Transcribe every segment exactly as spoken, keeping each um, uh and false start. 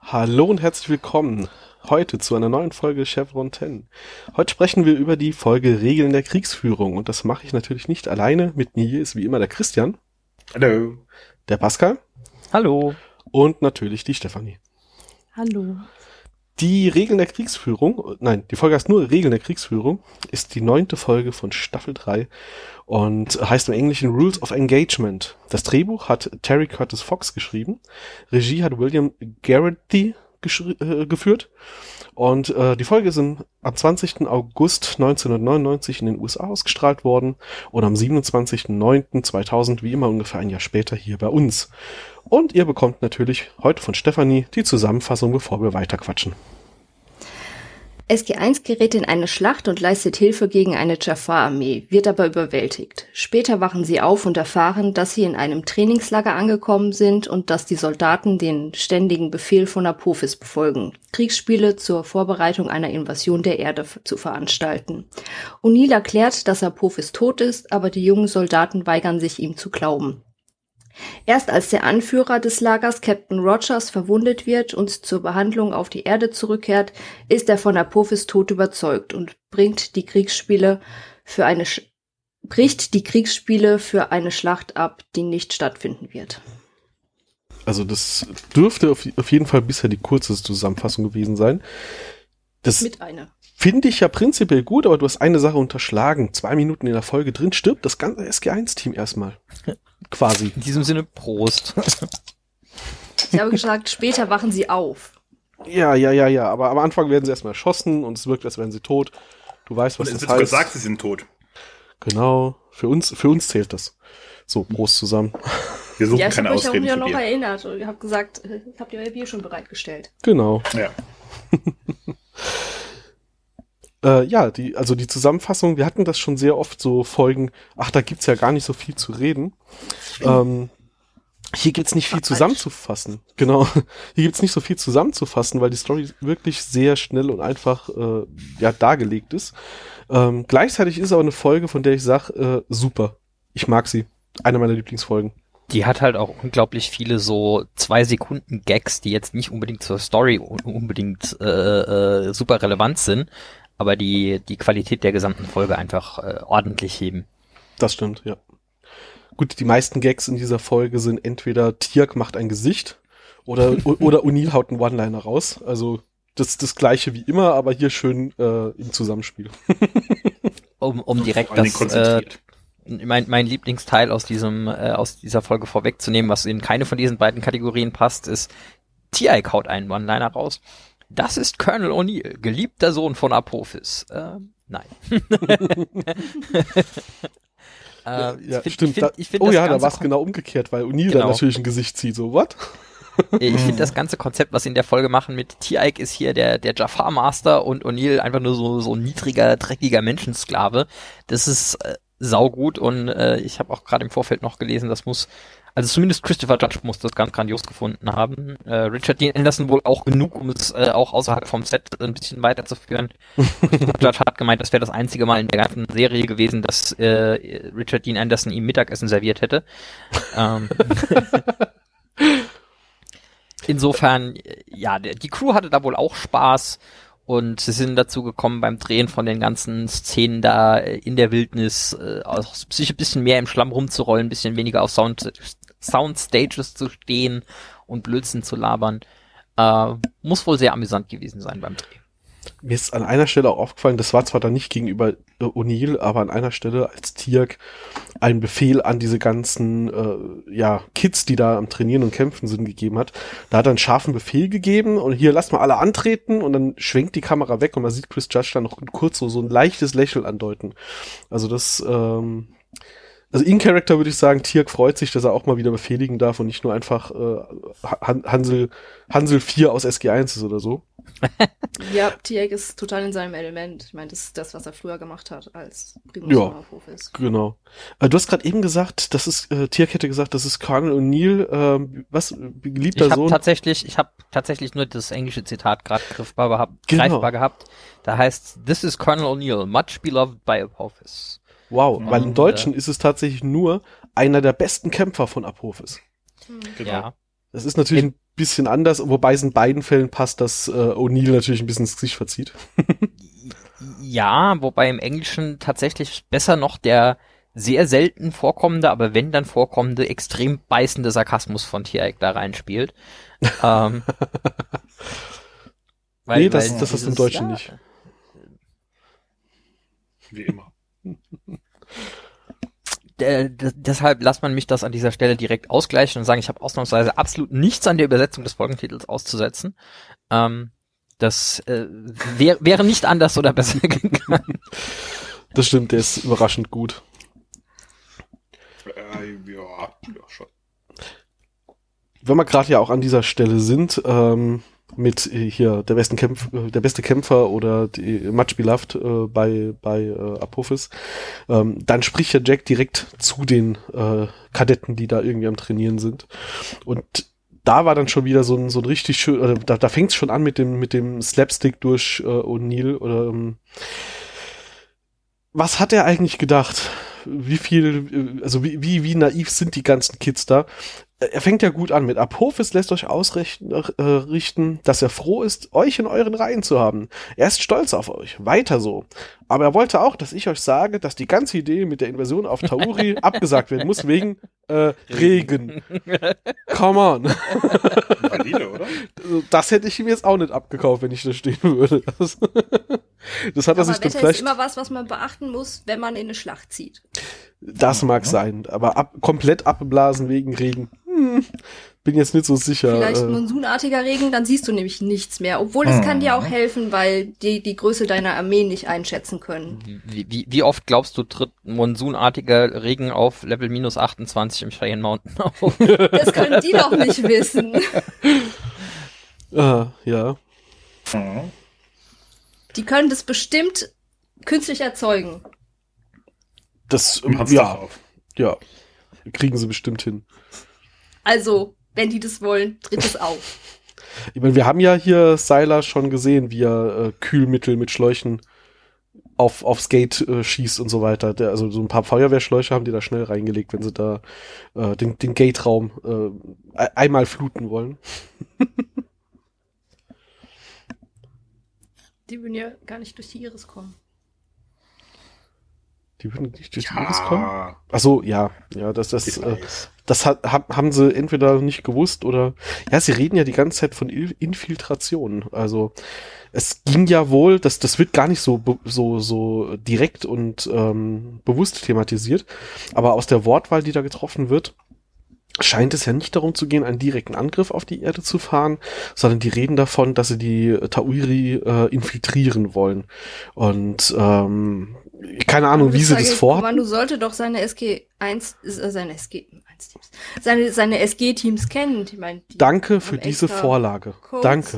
Hallo und herzlich willkommen heute zu einer neuen Folge Chevron zehn. Heute sprechen wir über die Folge Regeln der Kriegsführung und das mache ich natürlich nicht alleine. Mit mir hier ist wie immer der Christian. Hallo. Der Pascal. Hallo. Und natürlich die Stefanie. Hallo. Die Regeln der Kriegsführung, nein, die Folge heißt nur Regeln der Kriegsführung, ist die neunte Folge von Staffel drei und heißt im Englischen Rules of Engagement. Das Drehbuch hat Terry Curtis Fox geschrieben, Regie hat William Garrity äh, geführt und äh, die Folge ist im, am zwanzigsten August neunzehnhundertneunundneunzig in den U S A ausgestrahlt worden und am siebenundzwanzigsten neunten zweitausend, wie immer ungefähr ein Jahr später, hier bei uns. Und ihr bekommt natürlich heute von Stefanie die Zusammenfassung, bevor wir weiterquatschen. S G eins gerät in eine Schlacht und leistet Hilfe gegen eine Jafar-Armee, wird aber überwältigt. Später wachen sie auf und erfahren, dass sie in einem Trainingslager angekommen sind und dass die Soldaten den ständigen Befehl von Apophis befolgen, Kriegsspiele zur Vorbereitung einer Invasion der Erde zu veranstalten. O'Neill erklärt, dass Apophis tot ist, aber die jungen Soldaten weigern sich, ihm zu glauben. Erst als der Anführer des Lagers, Captain Rogers, verwundet wird und zur Behandlung auf die Erde zurückkehrt, ist er von Apophis Tod überzeugt und bringt die Kriegsspiele für eine Sch- bricht die Kriegsspiele für eine Schlacht ab, die nicht stattfinden wird. Also das dürfte auf, auf jeden Fall bisher die kürzeste Zusammenfassung gewesen sein. Das Mit einer. Finde ich ja prinzipiell gut, aber du hast eine Sache unterschlagen. Zwei Minuten in der Folge drin stirbt das ganze S G eins Team erstmal. Quasi. In diesem Sinne Prost. Ich habe gesagt, später wachen sie auf. Ja, ja, ja, ja. Aber am Anfang werden sie erstmal erschossen und es wirkt, als wären sie tot. Du weißt, was und das es heißt. wird gesagt, sie sind tot. Genau. Für uns, für uns zählt das. So, Prost zusammen. Wir suchen Ja, ich keine habe euch auch Ausreden ja für noch Bier. erinnert und habe gesagt, habt ihr euer Bier schon bereitgestellt? Genau. Ja. Äh, ja, die, also die Zusammenfassung, wir hatten das schon sehr oft so Folgen, ach, da gibt's ja gar nicht so viel zu reden. Ähm, hier gibt's nicht viel zusammenzufassen. Genau. Hier gibt's nicht so viel zusammenzufassen, weil die Story wirklich sehr schnell und einfach äh, ja dargelegt ist. Ähm, gleichzeitig ist aber eine Folge, von der ich sage, äh, super. Ich mag sie. Eine meiner Lieblingsfolgen. Die hat halt auch unglaublich viele so zwei Sekunden Gags, die jetzt nicht unbedingt zur Story unbedingt äh, äh, super relevant sind, aber die die Qualität der gesamten Folge einfach äh, ordentlich heben. Das stimmt, ja. Gut, die meisten Gags in dieser Folge sind entweder Tirk macht ein Gesicht oder oder O'Neill haut einen One-Liner raus. Also das das Gleiche wie immer, aber hier schön äh, im Zusammenspiel. Um um direkt Vor allen Dingen das äh, konzentriert. mein mein Lieblingsteil aus diesem äh, aus dieser Folge vorwegzunehmen, was in keine von diesen beiden Kategorien passt, ist Tirk haut einen One-Liner raus. Das ist Colonel O'Neill, geliebter Sohn von Apophis. Äh, nein. Ja, äh, ja ich find, stimmt. Ich find, ich find da, oh das ja, da ganze war es Kon- genau umgekehrt, weil O'Neill Genau. dann natürlich ein Gesicht zieht. So, what? Ich finde das ganze Konzept, was sie in der Folge machen mit Tirk ist hier der der Jafar Master und O'Neill einfach nur so so ein niedriger, dreckiger Menschensklave. Das ist äh, saugut und äh, ich habe auch gerade im Vorfeld noch gelesen, das muss, also zumindest Christopher Judge muss das ganz grandios gefunden haben. Äh, Richard Dean Anderson wohl auch genug, um es äh, auch außerhalb vom Set ein bisschen weiterzuführen. Christopher Judge hat gemeint, das wäre das einzige Mal in der ganzen Serie gewesen, dass äh, Richard Dean Anderson ihm Mittagessen serviert hätte. Ähm, Insofern, ja, die Crew hatte da wohl auch Spaß und sie sind dazu gekommen beim Drehen von den ganzen Szenen da in der Wildnis, äh, auch sich ein bisschen mehr im Schlamm rumzurollen, ein bisschen weniger auf Sound, Soundstages zu stehen und Blödsinn zu labern. Äh, muss wohl sehr amüsant gewesen sein beim Dreh. Mir ist an einer Stelle auch aufgefallen, das war zwar dann nicht gegenüber äh, O'Neill, aber an einer Stelle als Tirk einen Befehl an diese ganzen äh, ja Kids, die da am Trainieren und Kämpfen sind, gegeben hat. Da hat er einen scharfen Befehl gegeben und hier, lasst mal alle antreten und dann schwenkt die Kamera weg und man sieht Chris Judge dann noch kurz so, so ein leichtes Lächeln andeuten. Also das, ähm, also in Character würde ich sagen, Tirk freut sich, dass er auch mal wieder befehligen darf und nicht nur einfach äh, Han- Hansel, Hansel vier aus S G eins ist oder so. Ja, Tirk ist total in seinem Element. Ich meine, das ist das, was er früher gemacht hat als Primus Ja. von Apophis. Genau. Äh, du hast gerade eben gesagt, das ist, äh, Tirk hätte gesagt, das ist Colonel O'Neill, ähm, was, geliebter Ich habe Sohn? tatsächlich, ich habe tatsächlich nur das englische Zitat gerade griffbar gehabt, Genau. greifbar gehabt. Da heißt, "This is Colonel O'Neill, much beloved by Apophis." Wow, weil im Und, Deutschen ist es tatsächlich nur einer der besten Kämpfer von Apophis. Genau. Ja. Das ist natürlich ein bisschen anders, wobei es in beiden Fällen passt, dass äh, O'Neill natürlich ein bisschen ins Gesicht verzieht. Ja, wobei im Englischen tatsächlich besser noch der sehr selten vorkommende, aber wenn dann vorkommende, extrem beißende Sarkasmus von T-Ike da reinspielt. ähm, weil, nee, das, weil das ist im dieses- Deutschen ja, nicht. Wie immer. D- d- deshalb lässt man mich das an dieser Stelle direkt ausgleichen und sagen, ich habe ausnahmsweise absolut nichts an der Übersetzung des Folgentitels auszusetzen. Ähm, das äh, wär, wäre nicht anders oder besser gegangen. Das stimmt, der ist überraschend gut. Äh, ja, ja, schon. Wenn wir gerade ja auch an dieser Stelle sind, ähm, mit äh, hier der besten Kämpf äh, der beste Kämpfer oder die Much Beloved äh, bei bei äh, Apophis, ähm, dann spricht ja Jack direkt zu den äh, Kadetten, die da irgendwie am Trainieren sind. Und da war dann schon wieder so ein so ein richtig schön, oder da, da fängt es schon an mit dem mit dem Slapstick durch äh, O'Neill oder ähm, was hat er eigentlich gedacht? Wie viel, äh, also wie, wie, wie naiv sind die ganzen Kids da? Er fängt ja gut an mit Apophis lässt euch ausrichten, äh, richten, dass er froh ist, euch in euren Reihen zu haben. Er ist stolz auf euch. Weiter so. Aber er wollte auch, dass ich euch sage, dass die ganze Idee mit der Invasion auf Tauri abgesagt werden muss wegen äh, Regen. Come on. Valide, oder? Das hätte ich ihm jetzt auch nicht abgekauft, wenn ich da stehen würde. Das, das hat er Aber sich dann Wetter ist vielleicht... immer was, was man beachten muss, wenn man in eine Schlacht zieht. Das mag sein, aber ab, komplett abblasen wegen Regen. Hm, bin jetzt nicht so sicher. Vielleicht äh, monsunartiger Regen, dann siehst du nämlich nichts mehr. Obwohl, es kann dir auch helfen, weil die die Größe deiner Armee nicht einschätzen können. Wie, wie, wie oft glaubst du, tritt monsunartiger Regen auf Level minus achtundzwanzig im Cheyenne Mountain auf? Das können die doch nicht wissen. Ah, ja. Mhm. Die können das bestimmt künstlich erzeugen. Das, Und ähm, hat's ja, doch auf. ja. Kriegen sie bestimmt hin. Also, wenn die das wollen, tritt es auf. Ich meine, wir haben ja hier Sylar schon gesehen, wie er äh, Kühlmittel mit Schläuchen auf, aufs Gate äh, schießt und so weiter. Der, also so ein paar Feuerwehrschläuche haben die da schnell reingelegt, wenn sie da äh, den, den Gate-Raum äh, einmal fluten wollen. Die würden ja gar nicht durch die Iris kommen. Die würden nicht durch die Iris kommen? Ja, Ach so, ja, ja, das, das, ich äh, weiß. das hat, hab, haben sie entweder nicht gewusst oder, ja, sie reden ja die ganze Zeit von Il- Infiltration. Also, es ging ja wohl, das, das wird gar nicht so, be- so, so direkt und ähm, bewusst thematisiert, aber aus der Wortwahl, die da getroffen wird, scheint es ja nicht darum zu gehen, einen direkten Angriff auf die Erde zu fahren, sondern die reden davon, dass sie die Tauri äh, infiltrieren wollen. Und ähm, keine Ahnung, wie sie das vorhaben. Kommando sollte doch seine S G eins, äh, seine S G eins Teams, seine, seine S G-Teams kennen. Ich meine, die Danke für haben diese extra Vorlage. Codes. Danke.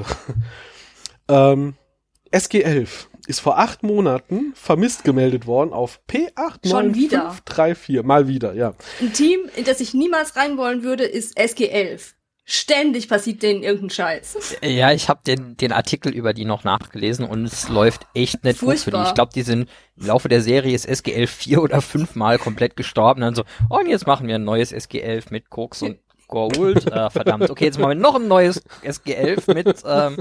ähm, S G elf ist vor acht Monaten vermisst gemeldet worden auf P acht neun fünf drei vier. Mal wieder, ja. Ein Team, in das ich niemals rein wollen würde, ist S G elf. Ständig passiert denen irgendein Scheiß. Ja, ich habe den, den Artikel über die noch nachgelesen und es läuft echt nicht gut für die. Furchtbar. Ich glaube, die sind im Laufe der Serie ist S G elf vier oder fünfmal komplett gestorben. Dann so, oh, und jetzt machen wir ein neues S G elf mit Koks und Goa'uld. Äh, verdammt, okay, jetzt machen wir noch ein neues S G elf mit ähm,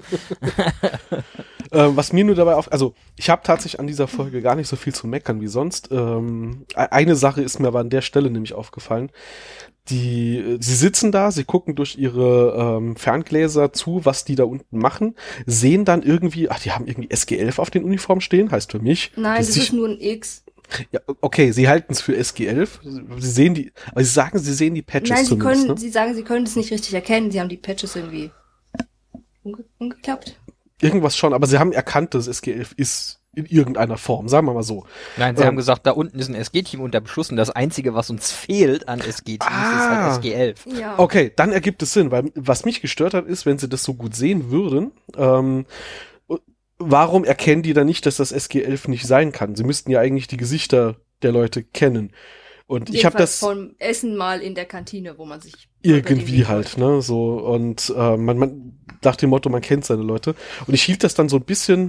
Ähm, was mir nur dabei auf, also ich habe tatsächlich an dieser Folge gar nicht so viel zu meckern wie sonst. Ähm, e- eine Sache ist mir aber an der Stelle nämlich aufgefallen. Die, äh, sie sitzen da, sie gucken durch ihre ähm, Ferngläser zu, was die da unten machen, sehen dann irgendwie, ach, die haben irgendwie S G elf auf den Uniformen stehen, heißt für mich. Nein, dass das sie- ist nur ein X. ja, okay, sie halten es für S G elf. Sie sehen die, aber sie sagen, sie sehen die Patches Nein, sie zumindest. können, Ne? sie sagen, sie können es nicht richtig erkennen. Sie haben die Patches irgendwie umge umgeklappt. Irgendwas schon, aber sie haben erkannt, dass S G elf ist in irgendeiner Form, sagen wir mal so. Nein, sie Ähm, haben gesagt, da unten ist ein S G-Team unter Beschuss und das Einzige, was uns fehlt an S G-Teams, Ah. ist halt S G elf. Ja. Okay, dann ergibt es Sinn, weil was mich gestört hat, ist, wenn sie das so gut sehen würden, ähm, warum erkennen die dann nicht, dass das S G elf nicht sein kann? Sie müssten ja eigentlich die Gesichter der Leute kennen. Und ich habe das vom Essen mal in der Kantine, wo man sich irgendwie halt, ne, so und äh, man, man nach dem Motto, man kennt seine Leute. Und ich hielt das dann so ein bisschen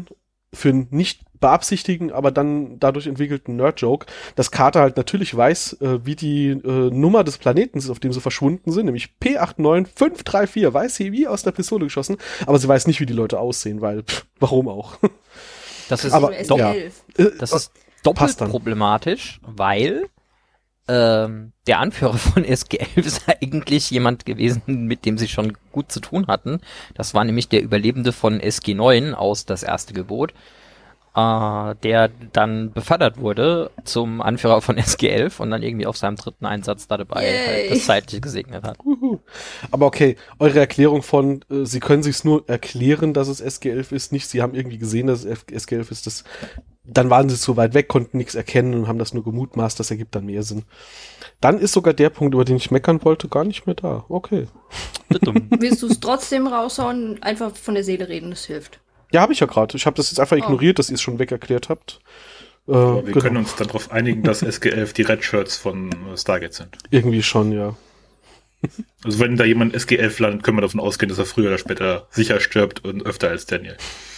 für einen nicht beabsichtigen, aber dann dadurch entwickelten Nerd-Joke, dass Carter halt natürlich weiß, äh, wie die äh, Nummer des Planeten ist, auf dem sie verschwunden sind, nämlich P acht neun fünf drei vier, weiß sie wie aus der Pistole geschossen, aber sie weiß nicht, wie die Leute aussehen, weil, pff, warum auch? Das ist, aber, S G ja. elf. das ist doppelt problematisch, weil ähm, der Anführer von S G elf ist eigentlich jemand gewesen, mit dem sie schon gut zu tun hatten. Das war nämlich der Überlebende von S G neun aus Das erste Gebot, äh, der dann befördert wurde zum Anführer von S G elf und dann irgendwie auf seinem dritten Einsatz da dabei halt das Zeitliche gesegnet hat. Uhu. Aber okay, eure Erklärung von, äh, sie können sich's nur erklären, dass es S G elf ist, nicht, sie haben irgendwie gesehen, dass es S G elf ist, das, dann waren sie zu weit weg, konnten nichts erkennen und haben das nur gemutmaßt, das ergibt dann mehr Sinn. Dann ist sogar der Punkt, über den ich meckern wollte, gar nicht mehr da. Okay. Willst du es trotzdem raushauen, einfach von der Seele reden, das hilft. Ja, habe ich ja gerade. Ich habe das jetzt einfach Oh. ignoriert, dass ihr es schon weg erklärt habt. Äh, Aber wir genau. können uns dann darauf einigen, dass S G elf die Red Shirts von äh, Stargate sind. Irgendwie schon, ja. Also wenn da jemand S G elf landet, können wir davon ausgehen, dass er früher oder später sicher stirbt und öfter als Daniel.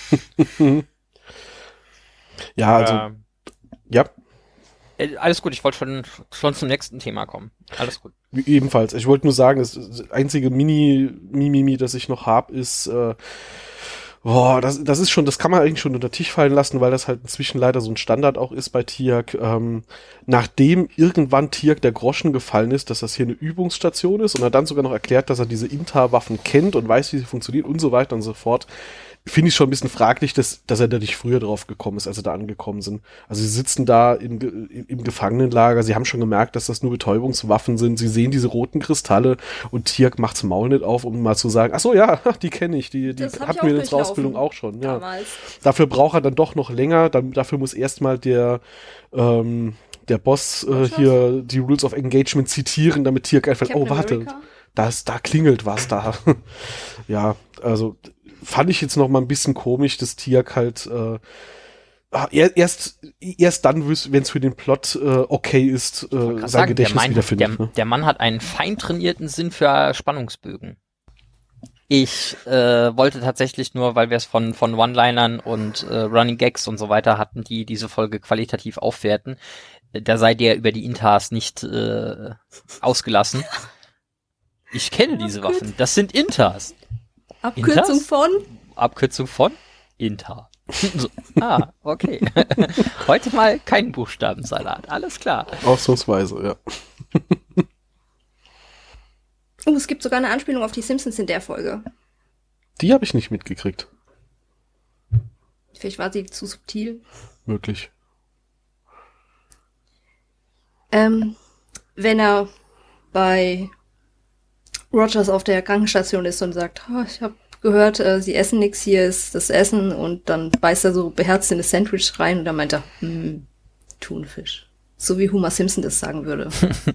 Ja, also, Ähm, ja, äh, alles gut, ich wollte schon, schon zum nächsten Thema kommen. Alles gut. ebenfalls. Ich wollte nur sagen, das, das einzige Mini-Mimimi, das ich noch hab, ist, äh, boah, das, das ist schon, das kann man eigentlich schon unter den Tisch fallen lassen, weil das halt inzwischen leider so ein Standard auch ist bei Tiak. Ähm, nachdem irgendwann Tiak der Groschen gefallen ist, dass das hier eine Übungsstation ist und er dann sogar noch erklärt, dass er diese Intar-Waffen kennt und weiß, wie sie funktionieren und so weiter und so fort, finde ich schon ein bisschen fraglich, dass, dass er da nicht früher drauf gekommen ist, als sie da angekommen sind. Also sie sitzen da in, im, im Gefangenenlager, sie haben schon gemerkt, dass das nur Betäubungswaffen sind, sie sehen diese roten Kristalle und Tiak macht's Maul nicht auf, um mal zu sagen, ach so, ja, die kenne ich, die, die Das hab ich hatten auch wir in unserer durchlaufen. Ausbildung auch schon. Ja. Damals. Dafür braucht er dann doch noch länger, dann, dafür muss erstmal der ähm, der Boss äh, hier die Rules of Engagement zitieren, damit Tiak einfach, Captain oh warte, America? das, da klingelt was da. Ja, also fand ich jetzt noch mal ein bisschen komisch, dass Tiak halt äh, er- erst erst dann, wenn es für den Plot äh, okay ist, äh, sein Sagen, der, Gedächtnis Mann, wiederfindet. der, Ne? der Mann hat einen fein trainierten Sinn für Spannungsbögen. Ich äh, wollte tatsächlich nur, weil wir es von von One-Linern und äh, Running Gags und so weiter hatten, die diese Folge qualitativ aufwerten, äh, da sei der über die Intars nicht äh, ausgelassen. Ich kenne diese Waffen. Das sind Intars. Abkürzung Inters? von? Abkürzung von Intar. So. Ah, okay. Heute mal kein Buchstabensalat. Alles klar. Ausnahmsweise, ja. Oh, es gibt sogar eine Anspielung auf die Simpsons in der Folge. Die habe ich nicht mitgekriegt. Vielleicht war sie zu subtil. Möglich. Ähm, wenn er bei Rogers auf der Krankenstation ist und sagt, oh, ich habe gehört, äh, sie essen nix, hier ist das Essen, und dann beißt er so beherzt in das Sandwich rein und dann meint er, hm, Thunfisch. So wie Homer Simpson das sagen würde.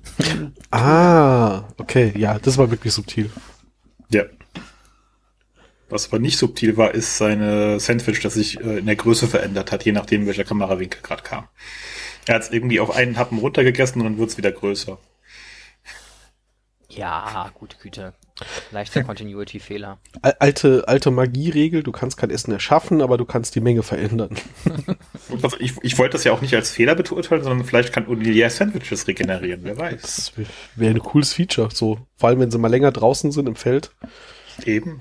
Ah, okay, ja, das war wirklich subtil. Ja. Was aber nicht subtil war, ist seine Sandwich, das sich äh, in der Größe verändert hat, je nachdem, welcher Kamerawinkel gerade kam. Er hat es irgendwie auf einen Happen runtergegessen und dann wird es wieder größer. Ja, gute Güte. Leichter Continuity-Fehler. Al- Alte, alte Magieregel, du kannst kein Essen erschaffen, aber du kannst die Menge verändern. Und was, ich, ich wollte das ja auch nicht als Fehler beurteilen, sondern vielleicht kann O'Neill ja Sandwiches regenerieren, wer weiß. Das wäre ein cooles Feature, so. Vor allem, wenn sie mal länger draußen sind im Feld. Eben.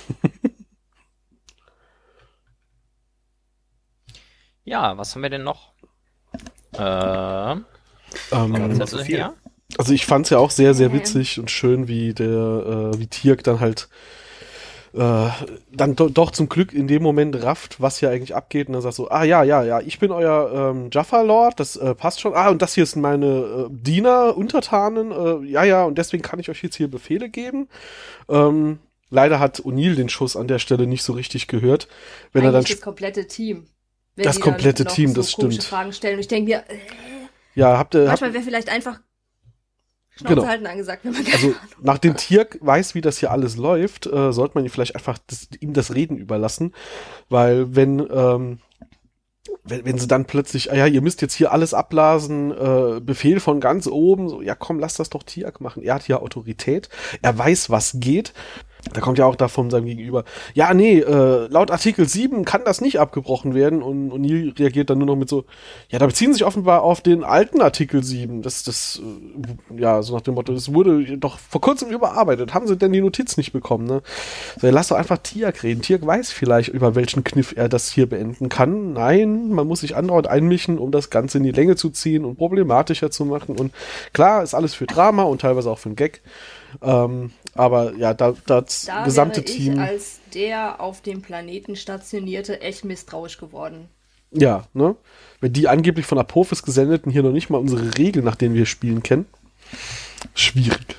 Ja, was haben wir denn noch? Äh, Ähm, Gerade Zettel so viel. hier. Also ich fand's ja auch sehr, sehr Ja. witzig und schön, wie der, äh, wie Tirk dann halt äh, dann do doch zum Glück in dem Moment rafft, was hier eigentlich abgeht, und dann sagt so, ah ja, ja, ja, ich bin euer ähm, Jaffa-Lord, das äh, passt schon, ah, und das hier sind meine äh, Diener, Untertanen, äh, ja, ja, und deswegen kann ich euch jetzt hier Befehle geben. Ähm, leider hat O'Neill den Schuss an der Stelle nicht so richtig gehört, wenn er dann Eigentlich das komplette Team. Wenn Das die dann komplette noch Team, so das komische stimmt. Fragen stellen. Und ich denke mir, äh, ja, habt ihr, habt, manchmal wäre vielleicht einfach Schnauze Genau. halten angesagt, wenn man keine also Ahnung nachdem Tirk weiß, wie das hier alles läuft, äh, sollte man ihm vielleicht einfach das, ihm das Reden überlassen, weil wenn ähm, wenn, wenn sie dann plötzlich, ah ja, ihr müsst jetzt hier alles abblasen, äh, Befehl von ganz oben, so, ja komm, lass das doch Tirk machen, er hat hier Autorität, er weiß, was geht. Da kommt ja auch da von seinem Gegenüber, ja, nee, äh, laut Artikel sieben kann das nicht abgebrochen werden und O'Neill reagiert dann nur noch mit so, ja, da beziehen sich offenbar auf den alten Artikel sieben, das, das, äh, ja, so nach dem Motto, das wurde doch vor kurzem überarbeitet, haben sie denn die Notiz nicht bekommen, ne? So, ja, lass doch einfach Tiak reden, Tiak weiß vielleicht, über welchen Kniff er das hier beenden kann, nein, man muss sich andauernd einmischen, um das Ganze in die Länge zu ziehen und problematischer zu machen und klar, ist alles für Drama und teilweise auch für einen Gag. Ähm, aber ja, da, das da gesamte wäre ich Team. als der auf dem Planeten stationierte echt misstrauisch geworden. Ja, ne? Wenn die angeblich von Apophis gesendeten hier noch nicht mal unsere Regeln, nach denen wir spielen, kennen. Schwierig.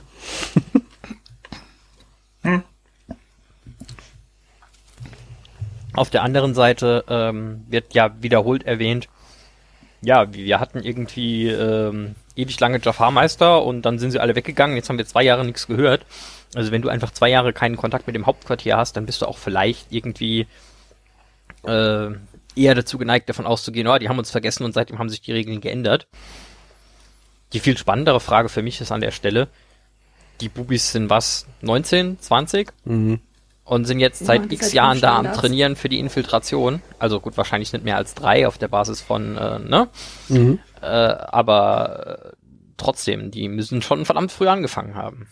hm. Auf der anderen Seite ähm, wird ja wiederholt erwähnt, ja, wir hatten irgendwie ähm, ewig lange Jafar-Meister und dann sind sie alle weggegangen, jetzt haben wir zwei Jahre nichts gehört. Also wenn du einfach zwei Jahre keinen Kontakt mit dem Hauptquartier hast, dann bist du auch vielleicht irgendwie äh, eher dazu geneigt, davon auszugehen, oh, die haben uns vergessen und seitdem haben sich die Regeln geändert. Die viel spannendere Frage für mich ist an der Stelle, die Bubis sind was, neunzehn, zwanzig? Mhm. Und sind jetzt seit ja, x Jahren da am Trainieren für die Infiltration. Also gut, wahrscheinlich nicht mehr als drei auf der Basis von, äh, ne? Mhm. Äh, aber äh, trotzdem, die müssen schon verdammt früh angefangen haben.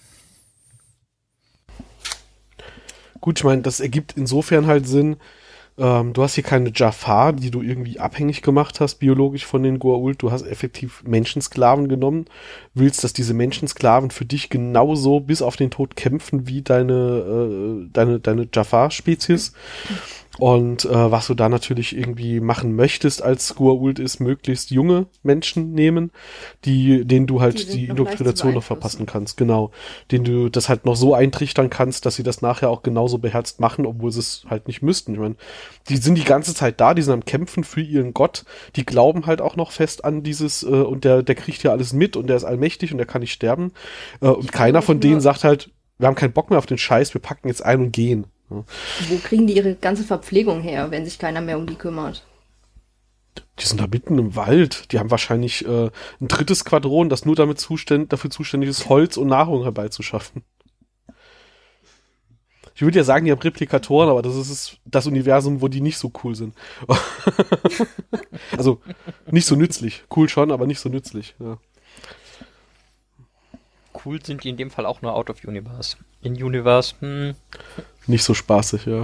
Gut, ich meine, das ergibt insofern halt Sinn, ähm, du hast hier keine Jafar, die du irgendwie abhängig gemacht hast, biologisch von den Goa'uld, du hast effektiv Menschensklaven genommen, willst, dass diese Menschensklaven für dich genauso bis auf den Tod kämpfen wie deine, äh, deine, deine Jafar-Spezies. Und äh, was du da natürlich irgendwie machen möchtest als Goa'uld ist, möglichst junge Menschen nehmen, die, denen du halt die, die Indoktrination noch verpassen kannst, genau. Denen du das halt noch so eintrichtern kannst, dass sie das nachher auch genauso beherzt machen, obwohl sie es halt nicht müssten. Ich meine, die sind die ganze Zeit da, die sind am Kämpfen für ihren Gott, die glauben halt auch noch fest an dieses, äh, und der, der kriegt ja alles mit und der ist allmächtig und der kann nicht sterben. Äh, und ich keiner von denen sagt halt, wir haben keinen Bock mehr auf den Scheiß, wir packen jetzt ein und gehen. Ja. Wo kriegen die ihre ganze Verpflegung her, wenn sich keiner mehr um die kümmert? Die sind da mitten im Wald. Die haben wahrscheinlich äh, ein drittes Squadron, das nur damit zuständ, dafür zuständig ist, Holz und Nahrung herbeizuschaffen. Ich würde ja sagen, die haben Replikatoren, aber das ist das Universum, wo die nicht so cool sind. Also nicht so nützlich. Cool schon, aber nicht so nützlich. Ja. Cool sind die in dem Fall auch nur out of universe. In Universe, hm. Nicht so spaßig, ja.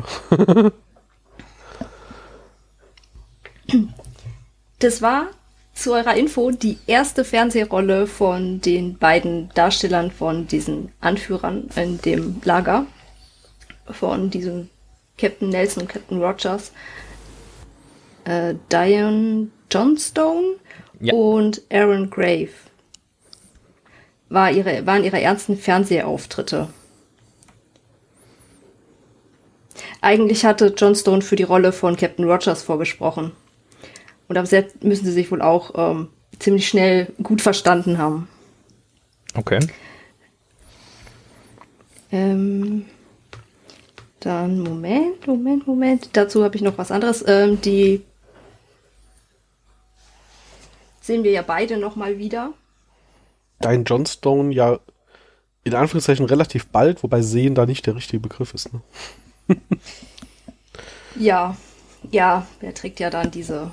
Das war zu eurer Info die erste Fernsehrolle von den beiden Darstellern von diesen Anführern in dem Lager. Von diesem Captain Nelson und Captain Rogers. Äh, Diane Johnstone ja. und Aaron Grave. War ihre, waren ihre ersten Fernsehauftritte. Eigentlich hatte Johnstone für die Rolle von Captain Rogers vorgesprochen. Und ab jetzt müssen sie sich wohl auch ähm, ziemlich schnell gut verstanden haben. Okay. Ähm, dann, Moment, Moment, Moment. Dazu habe ich noch was anderes. Ähm, die sehen wir ja beide nochmal wieder. Diane Johnstone ja in Anführungszeichen relativ bald, wobei sehen da nicht der richtige Begriff ist. Ne? Ja, ja, er trägt ja dann diese...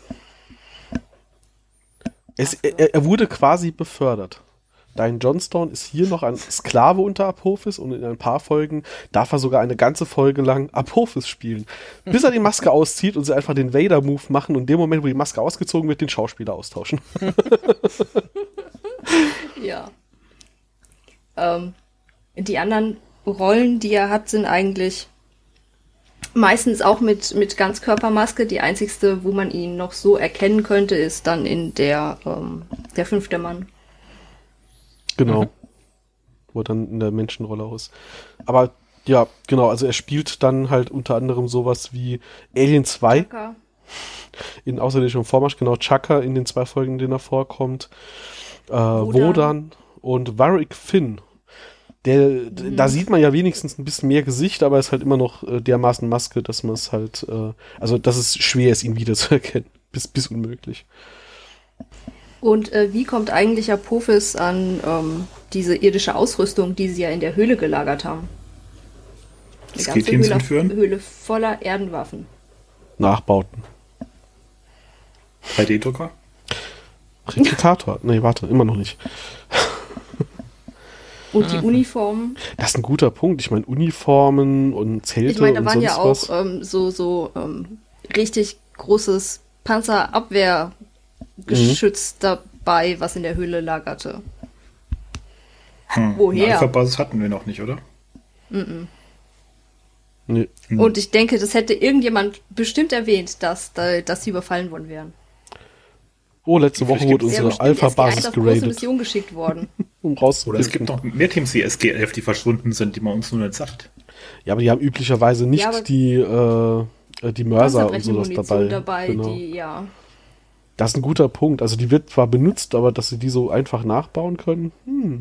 Es, er, er wurde quasi befördert. Diane Johnstone ist hier noch ein Sklave unter Apophis und in ein paar Folgen darf er sogar eine ganze Folge lang Apophis spielen. Bis er die Maske auszieht und sie einfach den Vader-Move machen und in dem Moment, wo die Maske ausgezogen wird, den Schauspieler austauschen. Ja. Ähm, die anderen Rollen, die er hat, sind eigentlich meistens auch mit, mit Ganzkörpermaske. Die einzigste, wo man ihn noch so erkennen könnte, ist dann in der, ähm, der fünfte Mann. Genau. Mhm. Wo er dann in der Menschenrolle aus. Aber ja, genau, also er spielt dann halt unter anderem sowas wie Alien zwei. Chaka. In außerirdischen Vormarsch, genau, Chaka in den zwei Folgen, in denen er vorkommt. Äh, Wodan. Wodan und Varric Finn. Der, mhm. Da sieht man ja wenigstens ein bisschen mehr Gesicht, aber ist halt immer noch äh, dermaßen Maske, dass man es halt, äh, also dass es schwer ist, ihn wiederzuerkennen. Bis, bis unmöglich. Und äh, wie kommt eigentlich Apophis an ähm, diese irdische Ausrüstung, die sie ja in der Höhle gelagert haben? Eine Das ganze geht ins Höhle, Entführen? Höhle voller Erdenwaffen. Nachbauten. drei D-Drucker? Replikator. Nee, warte, immer noch nicht. Und die Uniformen. Das ist ein guter Punkt. Ich meine, Uniformen und Zelte Ich meine, da und waren sonst ja auch was. ähm, so, so ähm, richtig großes Panzerabwehrgeschütz mhm. dabei, was in der Höhle lagerte. Hm. Woher? Eine Alpha-Basis hatten wir noch nicht, oder? Mhm. Nee. Und ich denke, das hätte irgendjemand bestimmt erwähnt, dass, dass sie überfallen worden wären. Oh, letzte Woche wurde Wäre unsere bestimmt Alpha-Basis S G eins auf große geradet. Mission geschickt worden. Um rauszufinden. Oder es gibt noch mehr Teams wie S G elf, die verschwunden sind, die man uns nur nicht sagt. Ja, aber die haben üblicherweise nicht Ja, die, äh, die Mörser und sowas dabei. dabei Genau. die, ja. Das ist ein guter Punkt. Also die wird zwar benutzt, aber dass sie die so einfach nachbauen können, hm.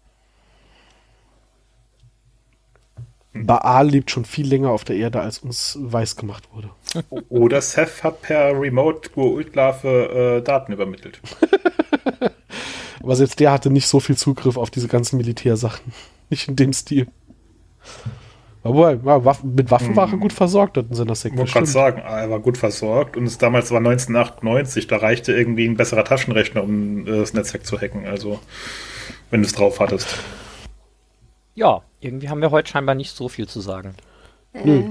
Baal lebt schon viel länger auf der Erde, als uns weiß gemacht wurde. Oder Seth hat per Remote-Ultlave äh, Daten übermittelt. Aber selbst der hatte nicht so viel Zugriff auf diese ganzen Militärsachen. Nicht in dem Stil. Aber ja, Waffen, mit Waffen war er gut versorgt dort in seiner Sekte. Ich wollte gerade sagen, er war gut versorgt und es damals war neunzehnhundertachtundneunzig, da reichte irgendwie ein besserer Taschenrechner, um äh, das Netzwerk zu hacken. Also, wenn du es drauf hattest. Ja, irgendwie haben wir heute scheinbar nicht so viel zu sagen. Äh.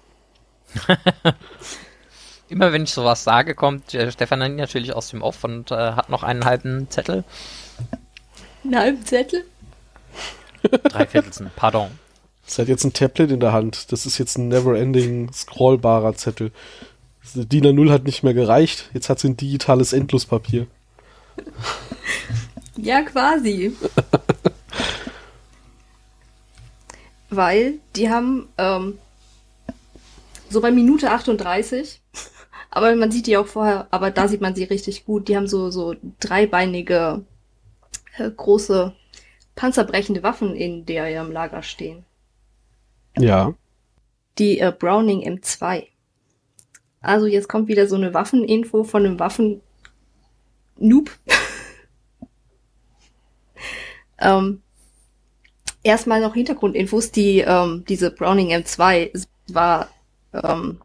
Immer wenn ich sowas sage, kommt äh, Stefanie natürlich aus dem Off und äh, hat noch einen halben Zettel. Einen halben Zettel? Drei Viertelsen, pardon. Es hat jetzt ein Tablet in der Hand. Das ist jetzt ein never-ending scrollbarer Zettel. D I N A null hat nicht mehr gereicht. Jetzt hat sie ein digitales Endlospapier. Ja, quasi. Weil die haben ähm, so bei Minute achtunddreißig, aber man sieht die auch vorher, aber da sieht man sie richtig gut, die haben so so dreibeinige, äh, große, panzerbrechende Waffen in der ihrem Lager stehen. Ja. Die äh, Browning M zwei. Also jetzt kommt wieder so eine Waffeninfo von einem Waffen-Noob. ähm, Erstmal noch Hintergrundinfos. Die, ähm, diese Browning M zwei war, ähm,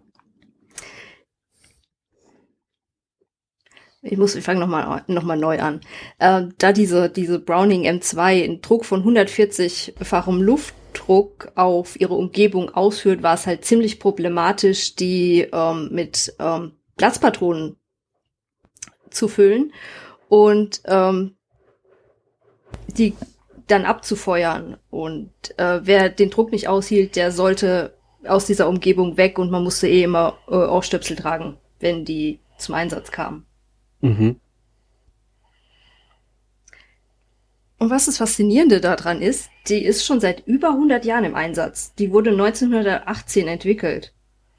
ich muss, ich fange nochmal noch mal neu an. Äh, da diese, diese Browning M zwei einen Druck von hundertvierzig-fachem Luftdruck auf ihre Umgebung ausführt, war es halt ziemlich problematisch, die ähm, mit ähm, Platzpatronen zu füllen und ähm, die dann abzufeuern. Und äh, wer den Druck nicht aushielt, der sollte aus dieser Umgebung weg und man musste eh immer äh, Ohrstöpsel tragen, wenn die zum Einsatz kamen. Mhm. Und was das Faszinierende daran ist, die ist schon seit über hundert Jahren im Einsatz. Die wurde neunzehnhundertachtzehn entwickelt.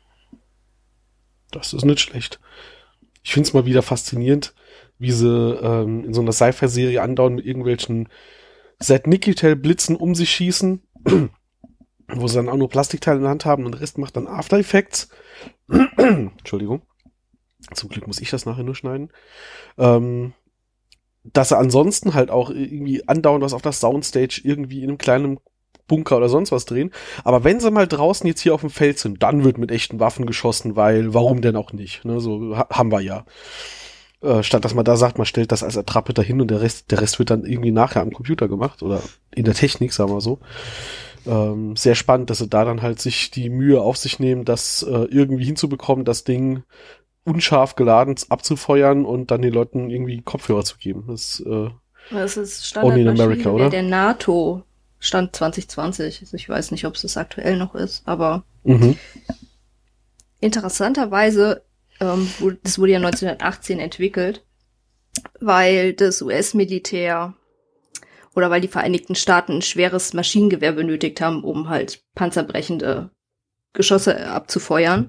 Das ist nicht schlecht. Ich finde es mal wieder faszinierend, wie sie ähm, in so einer Sci-Fi-Serie andauernd mit irgendwelchen Zed-Nikitel-Blitzen um sich schießen, wo sie dann auch nur Plastikteile in der Hand haben und der Rest macht dann After Effects. Entschuldigung. Zum Glück muss ich das nachher nur schneiden. Ähm, dass sie ansonsten halt auch irgendwie andauernd was auf der Soundstage irgendwie in einem kleinen Bunker oder sonst was drehen. Aber wenn sie mal draußen jetzt hier auf dem Feld sind, dann wird mit echten Waffen geschossen, weil warum denn auch nicht? Ne, so ha- haben wir ja. Äh, statt dass man da sagt, man stellt das als Attrappe dahin und der Rest, der Rest wird dann irgendwie nachher am Computer gemacht oder in der Technik, sagen wir so. Ähm, sehr spannend, dass sie da dann halt sich die Mühe auf sich nehmen, das äh, irgendwie hinzubekommen, das Ding unscharf geladen abzufeuern und dann den Leuten irgendwie Kopfhörer zu geben. Das, äh, Das ist Only in America, Standardmaschine oder? der NATO. Stand zwanzig zwanzig. Also ich weiß nicht, ob es das aktuell noch ist, aber mhm. interessanterweise, ähm, wurde, das wurde ja neunzehnhundertachtzehn entwickelt, weil das U S-Militär oder weil die Vereinigten Staaten ein schweres Maschinengewehr benötigt haben, um halt panzerbrechende Geschosse abzufeuern.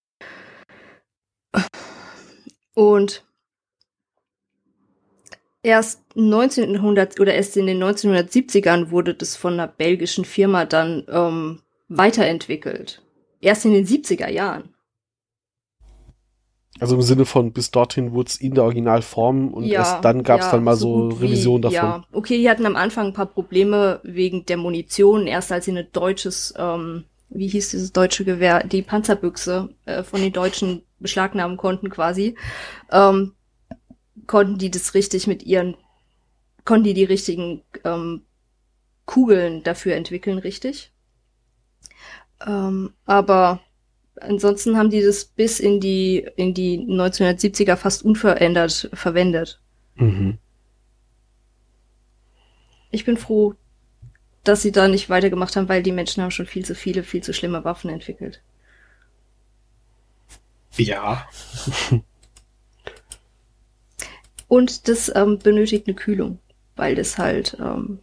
Und erst neunzehnhundert oder erst in den neunzehnhundertsiebzigern wurde das von einer belgischen Firma dann ähm, weiterentwickelt. Erst in den siebziger Jahren. Also im Sinne von, bis dorthin wurde es in der Originalform und Ja, erst dann gab es ja, dann mal so so gut wie, Revisionen davon. Ja, okay, die hatten am Anfang ein paar Probleme wegen der Munition. Erst als sie ein deutsches ähm, wie hieß dieses deutsche Gewehr, die Panzerbüchse äh, von den Deutschen beschlagnahmen konnten quasi, ähm, konnten die das richtig mit ihren, konnten die die richtigen ähm, Kugeln dafür entwickeln, richtig. Ähm, aber ansonsten haben die das bis in die in die neunzehnhundertsiebziger fast unverändert verwendet. Mhm. Ich bin froh, dass sie da nicht weitergemacht haben, weil die Menschen haben schon viel zu viele, viel zu schlimme Waffen entwickelt. Ja. Und das ähm, benötigt eine Kühlung, weil das halt ähm,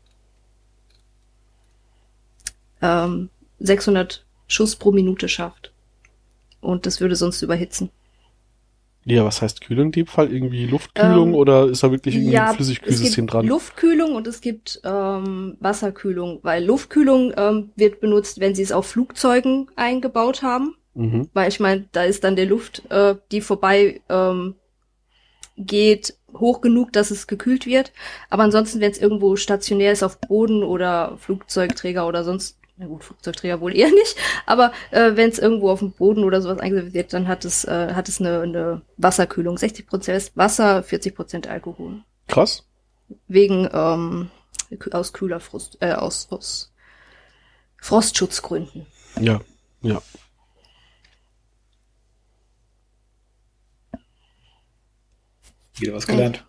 ähm, sechshundert Schuss pro Minute schafft. Und das würde sonst überhitzen. Ja, was heißt Kühlung in dem Fall? Irgendwie Luftkühlung Ähm, oder ist da wirklich irgendwie ja, ein Flüssigkühlsystem es gibt dran? Luftkühlung und es gibt ähm, Wasserkühlung, weil Luftkühlung ähm, wird benutzt, wenn sie es auf Flugzeugen eingebaut haben. Mhm. Weil ich meine, da ist dann der Luft, äh, die vorbei ähm, geht, hoch genug, dass es gekühlt wird. Aber ansonsten, wenn es irgendwo stationär ist auf Boden oder Flugzeugträger oder sonst, na gut, Flugzeugträger wohl eher nicht, aber äh, wenn es irgendwo auf dem Boden oder sowas eingesetzt wird, dann hat es äh, hat es eine, eine Wasserkühlung. sechzig Prozent Wasser, vierzig Prozent Alkohol. Krass. Wegen ähm, aus kühler Frust, äh, aus, aus Frostschutzgründen. Ja, ja. Wieder was gelernt.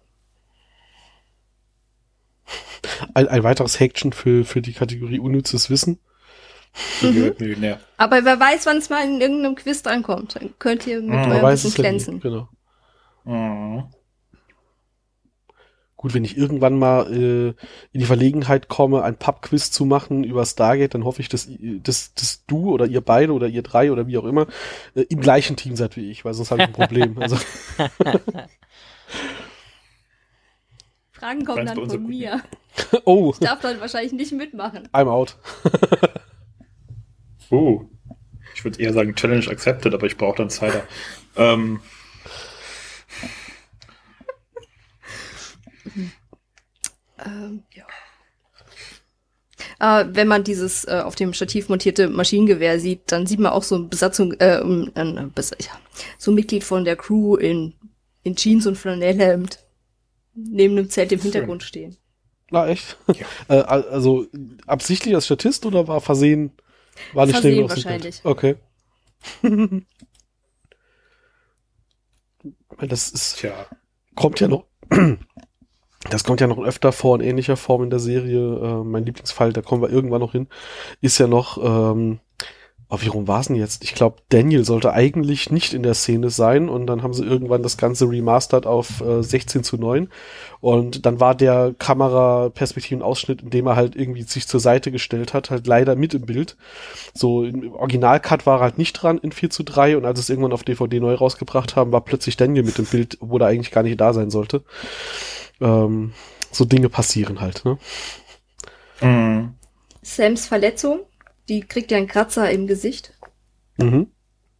Ein, ein weiteres Häkchen für, für die Kategorie unnützes Wissen. Mhm. Millionär. Aber wer weiß, wann es mal in irgendeinem Quiz drankommt. Dann könnt ihr mit Mhm. eurem weiß Wissen es ja nie. glänzen. Genau. Mhm. Gut, wenn ich irgendwann mal äh, in die Verlegenheit komme, ein Pub-Quiz zu machen über Stargate, dann hoffe ich, dass, dass, dass du oder ihr beide oder ihr drei oder wie auch immer äh, im gleichen Team seid wie ich, weil sonst habe ich ein Problem. Also Fragen kommen Meinst du dann unsere von mir. oh, Ich darf dann wahrscheinlich nicht mitmachen. I'm out. Oh. Ich würde eher sagen Challenge accepted, aber ich brauche dann Cider. Ähm. Ähm, ja. Äh, wenn man dieses äh, auf dem Stativ montierte Maschinengewehr sieht, dann sieht man auch so eine Besatzung, äh, ein, ein, ja, so ein Mitglied von der Crew in, in Jeans und Flanellhemd neben einem Zelt im Hintergrund stehen. Na, echt? Ja. äh, also absichtlich als Statist oder war Versehen? War nicht Versehen schnell genug wahrscheinlich. Okay. Das ist, Tja. kommt ja noch, das kommt ja noch öfter vor in ähnlicher Form in der Serie. Äh, mein Lieblingsfall, da kommen wir irgendwann noch hin, ist ja noch, ähm, oh, wie rum war es denn jetzt? Ich glaube, Daniel sollte eigentlich nicht in der Szene sein und dann haben sie irgendwann das Ganze remastert auf äh, sechzehn zu neun und dann war der Kameraperspektiven-Ausschnitt, in dem er halt irgendwie sich zur Seite gestellt hat, halt leider mit im Bild. So im Original-Cut war er halt nicht dran in vier zu drei und als es irgendwann auf D V D neu rausgebracht haben, war plötzlich Daniel mit im Bild, obwohl er eigentlich gar nicht da sein sollte. Ähm, so Dinge passieren halt, ne? Mhm. Sams Verletzung, die kriegt ja einen Kratzer im Gesicht. Mhm.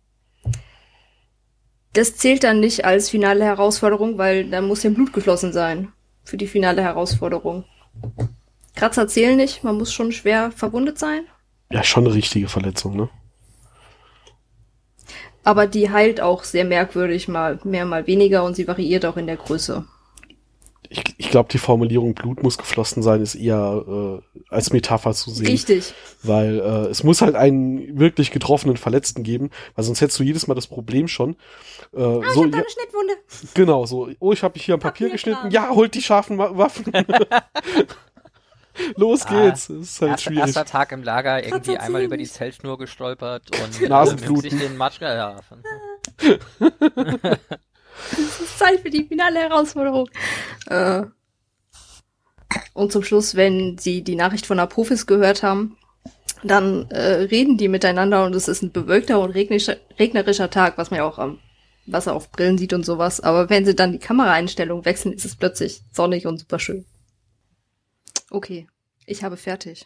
Das zählt dann nicht als finale Herausforderung, weil da muss ja Blut geflossen sein für die finale Herausforderung. Kratzer zählen nicht, man muss schon schwer verwundet sein. Ja, schon eine richtige Verletzung, ne? Aber die heilt auch sehr merkwürdig, mal mehr, mal weniger und sie variiert auch in der Größe. Ich, ich glaube, die Formulierung Blut muss geflossen sein, ist eher äh, als Metapher zu sehen. Richtig. Weil äh, es muss halt einen wirklich getroffenen Verletzten geben, weil sonst hättest du jedes Mal das Problem schon. Äh, Ah, so, ich hab da ja, eine Schnittwunde. genau, so, oh, ich habe mich hier am Papier Papierkram. geschnitten. Ja, holt die scharfen Wa- Waffen. Los Ah, geht's. Das ist halt Erster, schwierig. erster Tag im Lager, irgendwie Kratzer einmal ziehen über die nicht. Zeltschnur gestolpert und äh, Nasenbluten. sich den Matsch. Ja, ja. Es ist Zeit für die finale Herausforderung. Äh. Und zum Schluss, wenn sie die Nachricht von Apophis gehört haben, dann äh, reden die miteinander und es ist ein bewölkter und regnerischer, regnerischer Tag, was man ja auch am Wasser auf Brillen sieht und sowas. Aber wenn sie dann die Kameraeinstellung wechseln, ist es plötzlich sonnig und super schön. Okay, ich habe fertig.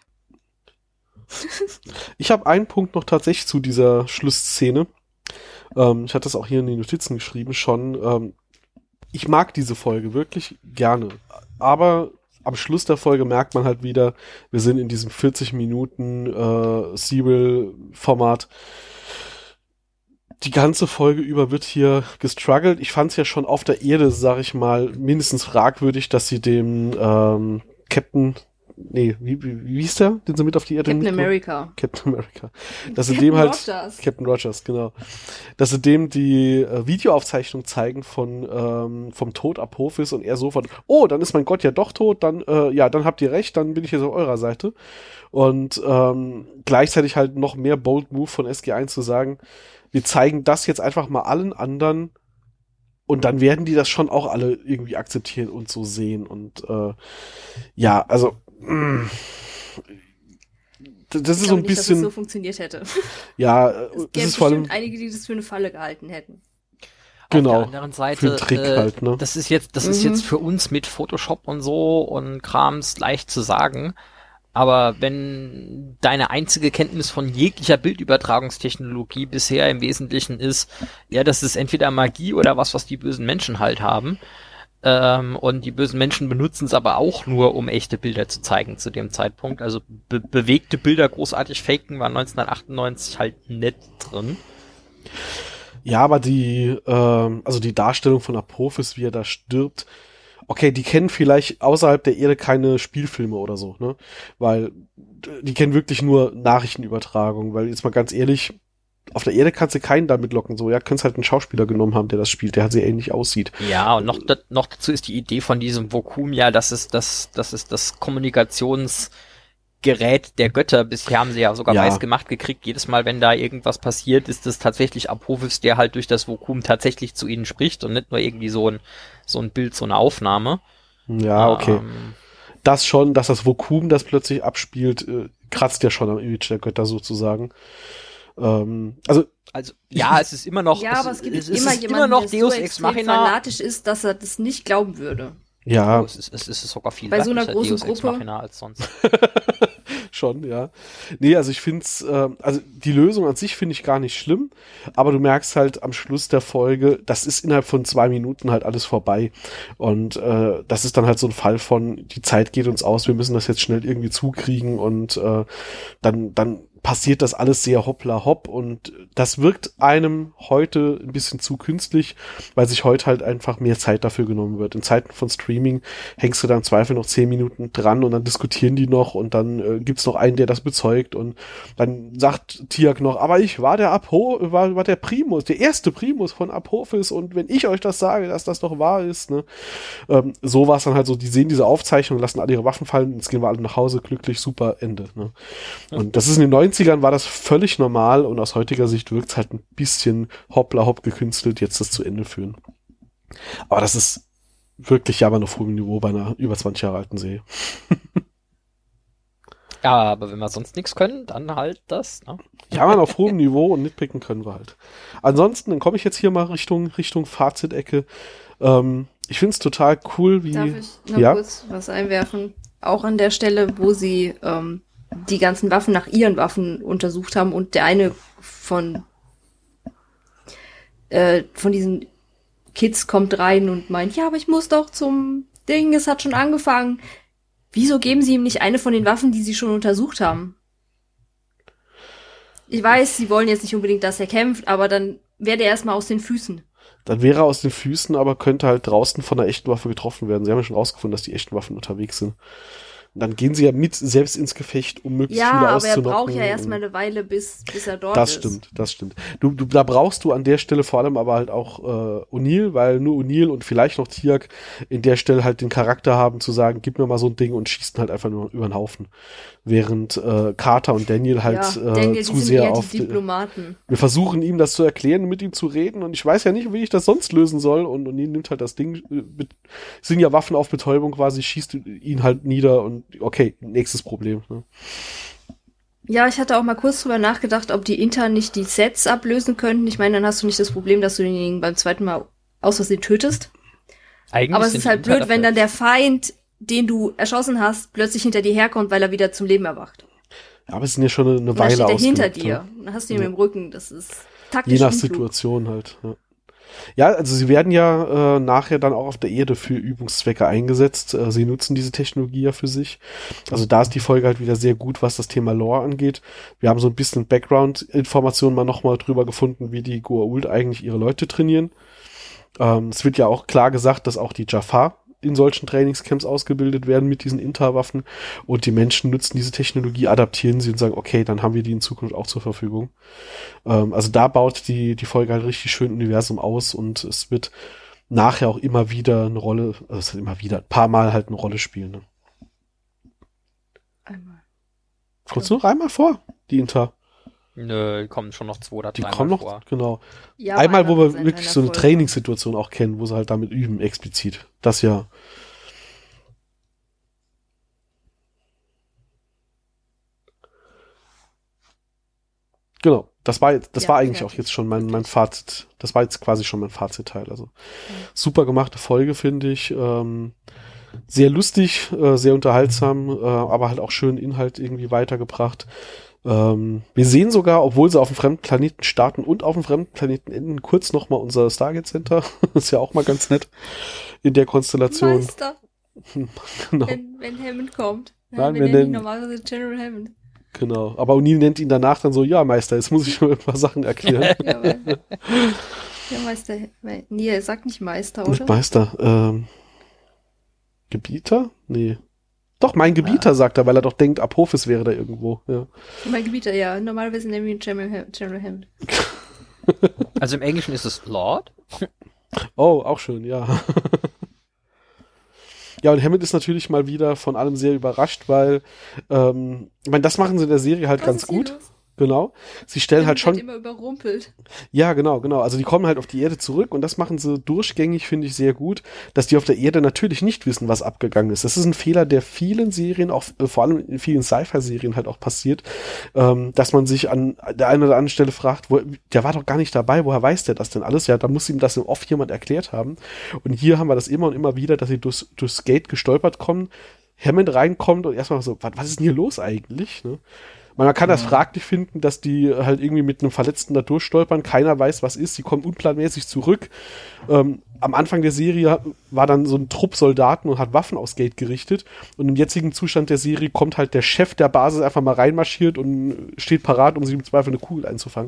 Ich habe einen Punkt noch tatsächlich zu dieser Schlussszene. Ähm, ich hatte das auch hier in die Notizen geschrieben schon. Ähm, ich mag diese Folge wirklich gerne. Aber am Schluss der Folge merkt man halt wieder, wir sind in diesem vierzig Minuten äh, Serial-Format. Die ganze Folge über wird hier gestruggelt. Ich fand es ja schon auf der Erde, sag ich mal, mindestens fragwürdig, dass sie dem ähm, Captain, nee, wie, wie, wie hieß der, den sie mit auf die Erde Captain mitgenommen? America. Captain America. Dass sie Captain dem halt, Rogers. Captain Rogers, genau. Dass sie dem die äh, Videoaufzeichnung zeigen von ähm, vom Tod Apophis und er sofort, oh, dann ist mein Gott ja doch tot, dann, äh, ja, dann habt ihr recht, dann bin ich jetzt auf eurer Seite. Und ähm, gleichzeitig halt noch mehr Bold Move von S G eins zu sagen, wir zeigen das jetzt einfach mal allen anderen und dann werden die das schon auch alle irgendwie akzeptieren und so sehen. Und äh, ja, also mh, das Ich ist so glaube ein nicht, bisschen. dass es so funktioniert hätte. Ja, Es das gäbe ist vor allem bestimmt einige, die das für eine Falle gehalten hätten. genau Auf der anderen Seite, für einen Trick äh, halt, ne? das ist jetzt, das ist Mhm. jetzt für uns mit Photoshop und so und Krams leicht zu sagen. Aber wenn deine einzige Kenntnis von jeglicher Bildübertragungstechnologie bisher im Wesentlichen ist, ja, das ist entweder Magie oder was, was die bösen Menschen halt haben, ähm, und die bösen Menschen benutzen es aber auch nur, um echte Bilder zu zeigen zu dem Zeitpunkt. Also be- bewegte Bilder großartig faken war neunzehnhundertachtundneunzig halt nett drin. Ja, aber die, ähm, also die Darstellung von Apophis, wie er da stirbt, okay, die kennen vielleicht außerhalb der Erde keine Spielfilme oder so, ne? Weil die kennen wirklich nur Nachrichtenübertragung, weil jetzt mal ganz ehrlich, auf der Erde kannst du keinen damit locken, so, ja, könntest halt einen Schauspieler genommen haben, der das spielt, der halt sehr ähnlich aussieht. Ja, und noch, da, noch dazu ist die Idee von diesem Vokum ja, das ist das, das ist das Kommunikationsgerät der Götter. Bisher haben sie ja sogar Ja. weiß gemacht gekriegt. Jedes Mal, wenn da irgendwas passiert, ist es tatsächlich Apophis, der halt durch das Vokum tatsächlich zu ihnen spricht und nicht nur irgendwie so ein, so ein Bild, so eine Aufnahme. Ja, okay. Ähm, Das schon, dass das Vokum das plötzlich abspielt, äh, kratzt ja schon am Image der Götter sozusagen. Ähm, also, also, ja, es ist immer noch, Ja, aber es gibt es, immer es ist jemanden, immer noch der Deus so Ex extrem Machina. fanatisch ist, dass er das nicht glauben würde. ja, Oh, es ist, es ist sogar viel Bei so einer wirklicher großen Deus Ex Gruppe. Machina als sonst. schon, ja. Nee, also ich find's, äh, also die Lösung an sich finde ich gar nicht schlimm, aber du merkst halt am Schluss der Folge, das ist innerhalb von zwei Minuten halt alles vorbei. Und äh, das ist dann halt so ein Fall von, die Zeit geht uns aus, wir müssen das jetzt schnell irgendwie zukriegen und äh, dann, dann passiert das alles sehr hoppla hopp und das wirkt einem heute ein bisschen zu künstlich, weil sich heute halt einfach mehr Zeit dafür genommen wird. In Zeiten von Streaming hängst du da im Zweifel noch zehn Minuten dran und dann diskutieren die noch und dann äh, gibt's noch einen, der das bezeugt und dann sagt Tiak noch, aber ich war der Apo, war, war der Primus, der erste Primus von Apophis und wenn ich euch das sage, dass das doch wahr ist, ne? Ähm, so war es dann halt so, die sehen diese Aufzeichnung, lassen alle ihre Waffen fallen, jetzt gehen wir alle nach Hause, glücklich, super, Ende, ne? Und das ist in den neunzigern war das völlig normal und aus heutiger Sicht wirkt es halt ein bisschen hoppla hopp gekünstelt, jetzt das zu Ende führen. Aber das ist wirklich ja aber auf hohem Niveau bei einer über zwanzig Jahre alten Serie. Ja, aber wenn wir sonst nichts können, dann halt das, ne? Ja, man, auf hohem Niveau und nitpicken können wir halt. Ansonsten, dann komme ich jetzt hier mal Richtung, Richtung Fazitecke. Ähm, ich finde es total cool, wie... Darf ich noch ja? kurz was einwerfen? Auch an der Stelle, wo sie ähm, die ganzen Waffen nach ihren Waffen untersucht haben und der eine von äh, von diesen Kids kommt rein und meint, ja, aber ich muss doch zum Ding, es hat schon angefangen. Wieso geben sie ihm nicht eine von den Waffen, die sie schon untersucht haben? Ich weiß, sie wollen jetzt nicht unbedingt, dass er kämpft, aber dann wäre der erstmal aus den Füßen. Dann wäre er aus den Füßen, aber könnte halt draußen von einer echten Waffe getroffen werden. Sie haben ja schon rausgefunden, dass die echten Waffen unterwegs sind. Und dann gehen sie ja mit selbst ins Gefecht, um möglichst Ja, viele aber er auszunocken. braucht ja erstmal eine Weile, bis, bis er dort Das ist. stimmt, das stimmt. Du, du, da brauchst du an der Stelle vor allem aber halt auch äh, O'Neill, weil nur O'Neill und vielleicht noch Tiak in der Stelle halt den Charakter haben zu sagen, gib mir mal so ein Ding und schießt ihn halt einfach nur über den Haufen. Während äh, Carter und Daniel halt ja, äh, Daniel, zu die sind sehr eher auf die Diplomaten. wir versuchen ihm das zu erklären, mit ihm zu reden und ich weiß ja nicht, wie ich das sonst lösen soll und O'Neill nimmt halt das Ding, äh, mit, sind ja Waffen auf Betäubung quasi, schießt ihn halt nieder und okay, nächstes Problem. Ne? Ja, ich hatte auch mal kurz drüber nachgedacht, ob die intern nicht die Sets ablösen könnten. Ich meine, dann hast du nicht das Problem, dass du denjenigen beim zweiten Mal aus Versehen tötest. Eigentlich Aber es sind ist die halt Inter blöd, wenn dann der Feind, den du erschossen hast, plötzlich hinter dir herkommt, weil er wieder zum Leben erwacht. Aber es sind ja schon eine, eine Und dann Weile steht er hinter ausgenockt, dir. ne? Und dann hast du ihn Ja. im Rücken. Das ist taktisch Je nach unklug. Situation halt. Ja. Ja, also sie werden ja äh, nachher dann auch auf der Erde für Übungszwecke eingesetzt. Äh, sie nutzen diese Technologie ja für sich. Also da ist die Folge halt wieder sehr gut, was das Thema Lore angeht. Wir haben so ein bisschen Background-Informationen mal nochmal drüber gefunden, wie die Goa'uld eigentlich ihre Leute trainieren. Ähm, es wird ja auch klar gesagt, dass auch die Jafar in solchen Trainingscamps ausgebildet werden mit diesen Intar-Waffen und die Menschen nutzen diese Technologie, adaptieren sie und sagen, okay, dann haben wir die in Zukunft auch zur Verfügung. Ähm, also da baut die die Folge halt richtig schön Universum aus und es wird nachher auch immer wieder eine Rolle, also immer wieder, ein paar Mal halt eine Rolle spielen. Ne? Einmal. Kommst du noch einmal vor, die Intar? Nö, die kommen schon noch zwei oder Die dreimal kommen noch, vor. genau. Ja, Einmal, wo wir in wirklich einer so eine Folge. Trainingssituation auch kennen, wo sie halt damit üben, explizit. Das ja. Genau. Das war jetzt, das Ja, war eigentlich fertig. auch jetzt schon mein, mein Wirklich. Fazit. Das war jetzt quasi schon mein Fazitteil. Also, super gemachte Folge, finde ich. Ähm, sehr lustig, äh, sehr unterhaltsam, äh, aber halt auch schön Inhalt irgendwie weitergebracht. Ähm, wir sehen sogar, obwohl sie auf dem fremden Planeten starten und auf dem fremden Planeten enden, kurz nochmal unser Stargate Center. Ist ja auch mal ganz nett in der Konstellation. Meister, Genau, wenn, wenn Hammond kommt. Ja, Nein, wir wir nennen ihn nennen- normalerweise General Hammond. genau. Aber O'Neill nennt ihn danach dann so, ja, Meister, jetzt muss ich mir ein paar Sachen erklären. Ja, weil, ja, Meister. weil- Nee, er sagt nicht Meister, Nicht oder? Meister, ähm, Gebieter? Nee. Doch, mein Gebieter, sagt er, weil er doch denkt, Apophis wäre da irgendwo. Ja. Mein Gebieter, ja. Normalerweise nennen wir ihn General, Ham- General Hammond. Also im Englischen ist es Lord. Oh, auch schön, ja. Ja, und Hammond ist natürlich mal wieder von allem sehr überrascht, weil, ähm, ich meine, das machen sie in der Serie halt Was ganz ist hier gut. los? Genau. Sie stellen halt Hammond schon, wird immer überrumpelt. ja, genau, genau. Also die kommen halt auf die Erde zurück und das machen sie durchgängig, finde ich, sehr gut, dass die auf der Erde natürlich nicht wissen, was abgegangen ist. Das ist ein Fehler, der vielen Serien, auch äh, vor allem in vielen Sci-Fi-Serien halt auch passiert, ähm, dass man sich an der einen oder anderen Stelle fragt, wo, der war doch gar nicht dabei, woher weiß der das denn alles? Ja, da muss ihm das im Off jemand erklärt haben. Und hier haben wir das immer und immer wieder, dass sie durchs, durchs Gate gestolpert kommen, Hammond reinkommt und erstmal so, was, was ist denn hier los eigentlich? Ne? Man kann das fraglich finden, dass die halt irgendwie mit einem Verletzten da durchstolpern, keiner weiß, was ist, sie kommen unplanmäßig zurück. Ähm, am Anfang der Serie war dann so ein Trupp Soldaten und hat Waffen aufs Gate gerichtet und im jetzigen Zustand der Serie kommt halt der Chef der Basis einfach mal reinmarschiert und steht parat, um sich im Zweifel eine Kugel einzufangen.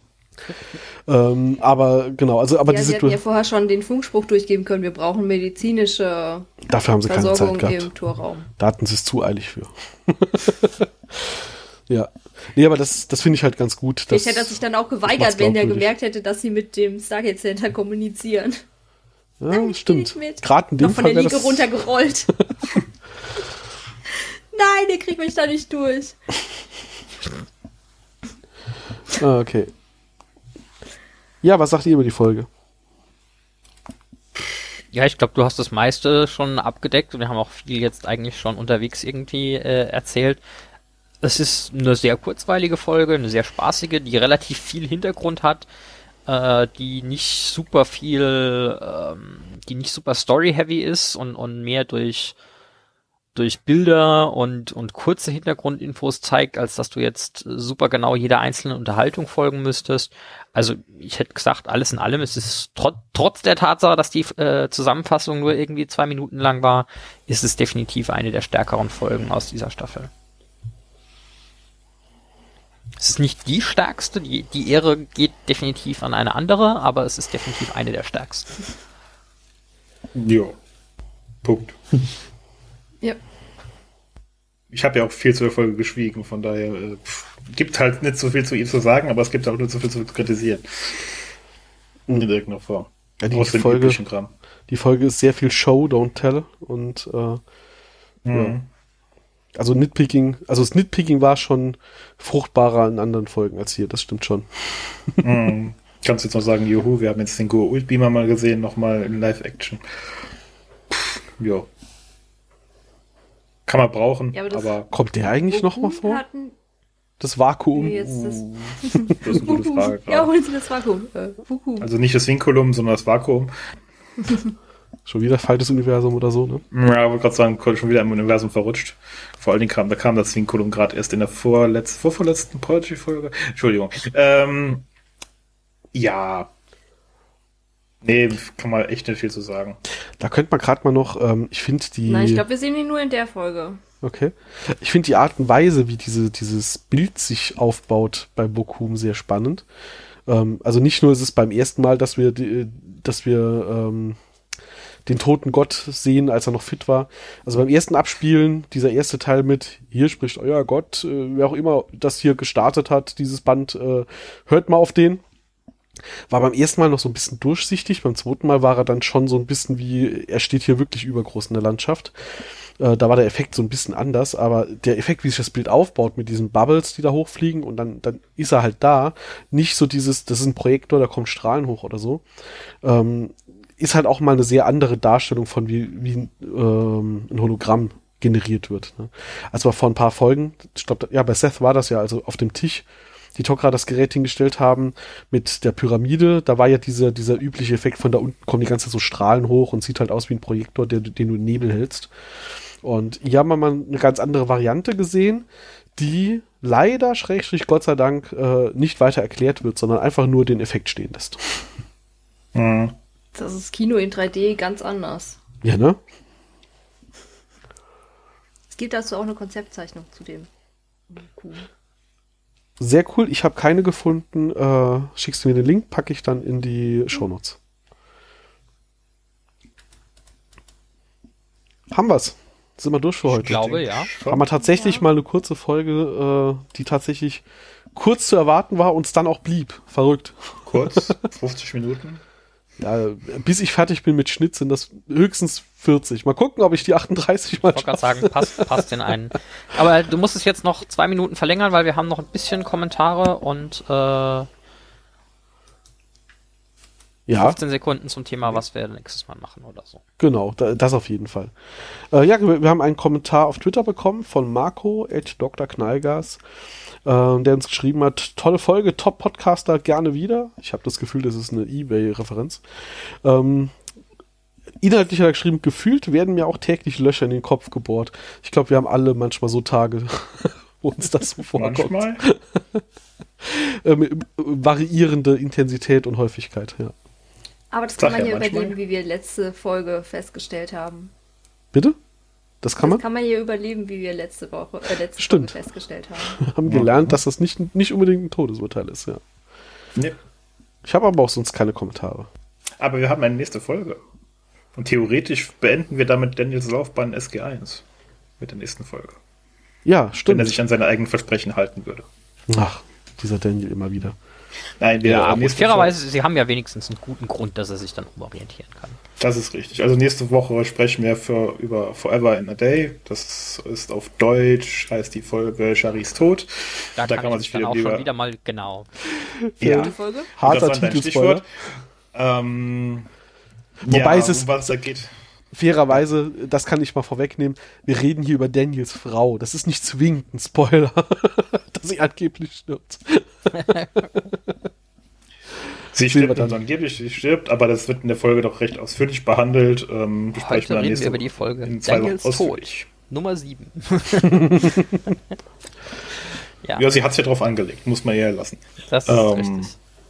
ähm, aber genau, also aber ja, die sie hätten ja Situation, vorher schon den Funkspruch durchgeben können, wir brauchen medizinische dafür haben sie keine Zeit Versorgung gehabt. im Torraum. Da hatten sie es zu eilig für. Ja. Nee, aber das, das finde ich halt ganz gut. Vielleicht hätte er sich dann auch macht's geweigert, wenn der glaubwürdig. gemerkt hätte, dass sie mit dem Stargate Center kommunizieren. Ja, Nein, ich geh stimmt. nicht mit. Gerade in dem Noch von Fall der wäre Liege das, runtergerollt. Nein, der kriegt mich da nicht durch. Ah, okay. Ja, was sagt ihr über die Folge? Ja, ich glaube, du hast das meiste schon abgedeckt und wir haben auch viel jetzt eigentlich schon unterwegs irgendwie äh, erzählt. Es ist eine sehr kurzweilige Folge, eine sehr spaßige, die relativ viel Hintergrund hat, äh, die nicht super viel, ähm, die nicht super story-heavy ist und, und mehr durch durch Bilder und und kurze Hintergrundinfos zeigt, als dass du jetzt super genau jeder einzelnen Unterhaltung folgen müsstest. Also ich hätte gesagt, alles in allem, es ist tro- trotz der Tatsache, dass die äh, Zusammenfassung nur irgendwie zwei Minuten lang war, ist es definitiv eine der stärkeren Folgen aus dieser Staffel. Es ist nicht die stärkste, die, die Ehre geht definitiv an eine andere, aber es ist definitiv eine der stärksten. Jo. Punkt. Ja. Ich habe ja auch viel zu der Folge geschwiegen, von daher äh, pff, gibt halt nicht so viel zu ihr zu sagen, aber es gibt auch nicht so viel zu kritisieren. In irgendeiner Form. Ja, die Aus dem Folge- üblichen Kram. Die Folge ist sehr viel Show, don't tell. Und äh, Mhm. also Nitpicking, also das Nitpicking war schon fruchtbarer in anderen Folgen als hier, das stimmt schon. Mhm. Kannst du jetzt noch sagen, juhu, wir haben jetzt den Goa'uld Beamer mal gesehen, nochmal in Live-Action. Pff, jo. Kann man brauchen, Ja, aber das- aber Kommt der eigentlich noch mal Goku vor? Hatten, Das Vakuum? nee, jetzt das, das ist eine gute Frage. ja, Gerade. holen Sie das Vakuum. Äh, Vuku. Also nicht das Vinculum, sondern das Vakuum. Schon wieder falsches Universum oder so, ne? Ja, ich wollte gerade sagen, schon wieder im Universum verrutscht. Vor allen Dingen kam, da kam das Vinculum gerade erst in der vorletz, vorvorletzten Prodigy-Folge. Entschuldigung. Ähm, ja. Nee, kann man echt nicht viel zu sagen. Da könnte man gerade mal noch, ähm, ich finde die... Nein, ich glaube, wir sehen ihn nur in der Folge. Okay. Ich finde die Art und Weise, wie diese, dieses Bild sich aufbaut bei Bochum sehr spannend. Ähm, also nicht nur ist es beim ersten Mal, dass wir, die, dass wir ähm, den toten Gott sehen, als er noch fit war. Also beim ersten Abspielen, dieser erste Teil mit, hier spricht euer Gott, äh, wer auch immer das hier gestartet hat, dieses Band, äh, hört mal auf den. War beim ersten Mal noch so ein bisschen durchsichtig, beim zweiten Mal war er dann schon so ein bisschen wie, er steht hier wirklich übergroß in der Landschaft. Äh, da war der Effekt so ein bisschen anders, aber der Effekt, wie sich das Bild aufbaut mit diesen Bubbles, die da hochfliegen und dann, dann ist er halt da. Nicht so dieses, das ist ein Projektor, da kommen Strahlen hoch oder so. Ähm, ist halt auch mal eine sehr andere Darstellung von wie, wie ähm, ein Hologramm generiert wird. Ne? Also vor ein paar Folgen, ich glaube, ja, bei Seth war das ja, also auf dem Tisch, die Tok'ra das Gerät hingestellt haben mit der Pyramide, da war ja dieser, dieser übliche Effekt, von da unten kommen die ganze Zeit so Strahlen hoch und sieht halt aus wie ein Projektor, der, den du in Nebel hältst. Und hier haben wir mal eine ganz andere Variante gesehen, die leider, schrägstrich Gott sei Dank, äh, nicht weiter erklärt wird, sondern einfach nur den Effekt stehen lässt. Mhm. Das ist Kino in drei D ganz anders. Ja, ne? Es gibt dazu auch eine Konzeptzeichnung zu dem. Cool. Sehr cool. Ich habe keine gefunden. Äh, schickst du mir den Link, packe ich dann in die Shownotes. Haben wir's. Sind wir durch für heute? Ich glaube, ja. Haben wir tatsächlich Ja. mal eine kurze Folge, äh, die tatsächlich kurz zu erwarten war und es dann auch blieb. Verrückt. Kurz, fünfzig Minuten. Ja, bis ich fertig bin mit Schnitt sind das höchstens vierzig. Mal gucken, ob ich die achtunddreißig mal Ich wollte gerade schaffe. sagen, passt, passt in einen. Aber du musst es jetzt noch zwei Minuten verlängern, weil wir haben noch ein bisschen Kommentare und äh, Ja, fünfzehn Sekunden zum Thema, was wir nächstes Mal machen oder so. genau, da, das auf jeden Fall. Äh, ja, wir, wir haben einen Kommentar auf Twitter bekommen von Marco, at Doktor Knallgas, äh, der uns geschrieben hat, tolle Folge, Top-Podcaster, gerne wieder. Ich habe das Gefühl, das ist eine eBay-Referenz. Ähm, inhaltlich hat er geschrieben, gefühlt werden mir auch täglich Löcher in den Kopf gebohrt. Ich glaube, wir haben alle manchmal so Tage, wo uns das so vorkommt. Manchmal. Ähm, variierende Intensität und Häufigkeit, ja. Aber das Sag kann man ja hier manchmal. überleben, wie wir letzte Folge festgestellt haben. Bitte? Das kann man? Das kann man hier überleben, wie wir letzte Woche, äh, letzte Stimmt. Folge festgestellt haben. Wir haben gelernt, dass das nicht, nicht unbedingt ein Todesurteil ist, ja. Nee. Ich habe aber auch sonst keine Kommentare. Aber wir haben eine nächste Folge. Und theoretisch beenden wir damit Daniels Laufbahn S G eins. Mit der nächsten Folge. Ja, Wenn er stimmt. sich an seine eigenen Versprechen halten würde. Ach, dieser Daniel immer wieder. Nein, wir Ja, gut, nächste fairerweise, sie haben ja wenigstens einen guten Grund, dass er sich dann umorientieren kann. Folge, das ist richtig. Also nächste Woche sprechen wir für, über Forever in a Day. Das ist auf Deutsch, heißt die Folge Charis Tod. Da, Da kann, kann man ich sich dann wieder auch lieber- schon wieder mal genau. Ja. Die Folge? Harter Das war dein Titelspoiler. Stichwort. Ähm, Wobei ja, es ist- um was da geht. Fairerweise, das kann ich mal vorwegnehmen, wir reden hier über Daniels Frau. Das ist nicht zwingend ein Spoiler, dass sie angeblich stirbt. Sie Sehen wir stirbt dann. und angeblich sie stirbt, aber das wird in der Folge doch recht ausführlich behandelt. Ähm, besprechen Heute wir dann reden nächste wir über die Folge. in zwei Daniels Wochen Tod. ausführlich. Nummer sieben. ja, Ja, sie hat es ja drauf angelegt, muss man ja lassen. das ist ähm, richtig.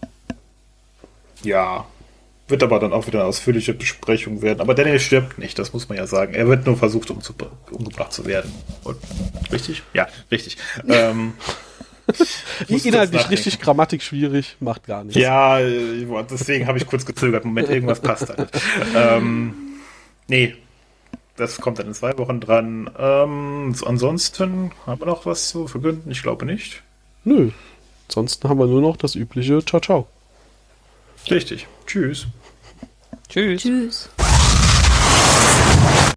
Ja, wird aber dann auch wieder eine ausführliche Besprechung werden. Aber Daniel stirbt nicht, das muss man ja sagen. Er wird nur versucht, umzubr- umgebracht zu werden. Und, richtig? Ja, richtig. ähm, ich muss kurz Inhaltlich nachdenken. richtig Grammatik schwierig, macht gar nichts. Ja, äh, deswegen habe ich kurz gezögert. Moment, irgendwas passt da nicht. ähm, nee, das kommt dann in zwei Wochen dran. Ähm, so ansonsten haben wir noch was zu verkünden? Ich glaube nicht. Nö. Ansonsten haben wir nur noch das übliche Ciao, ciao. Richtig. Tschüss. Tschüss. Tschüss.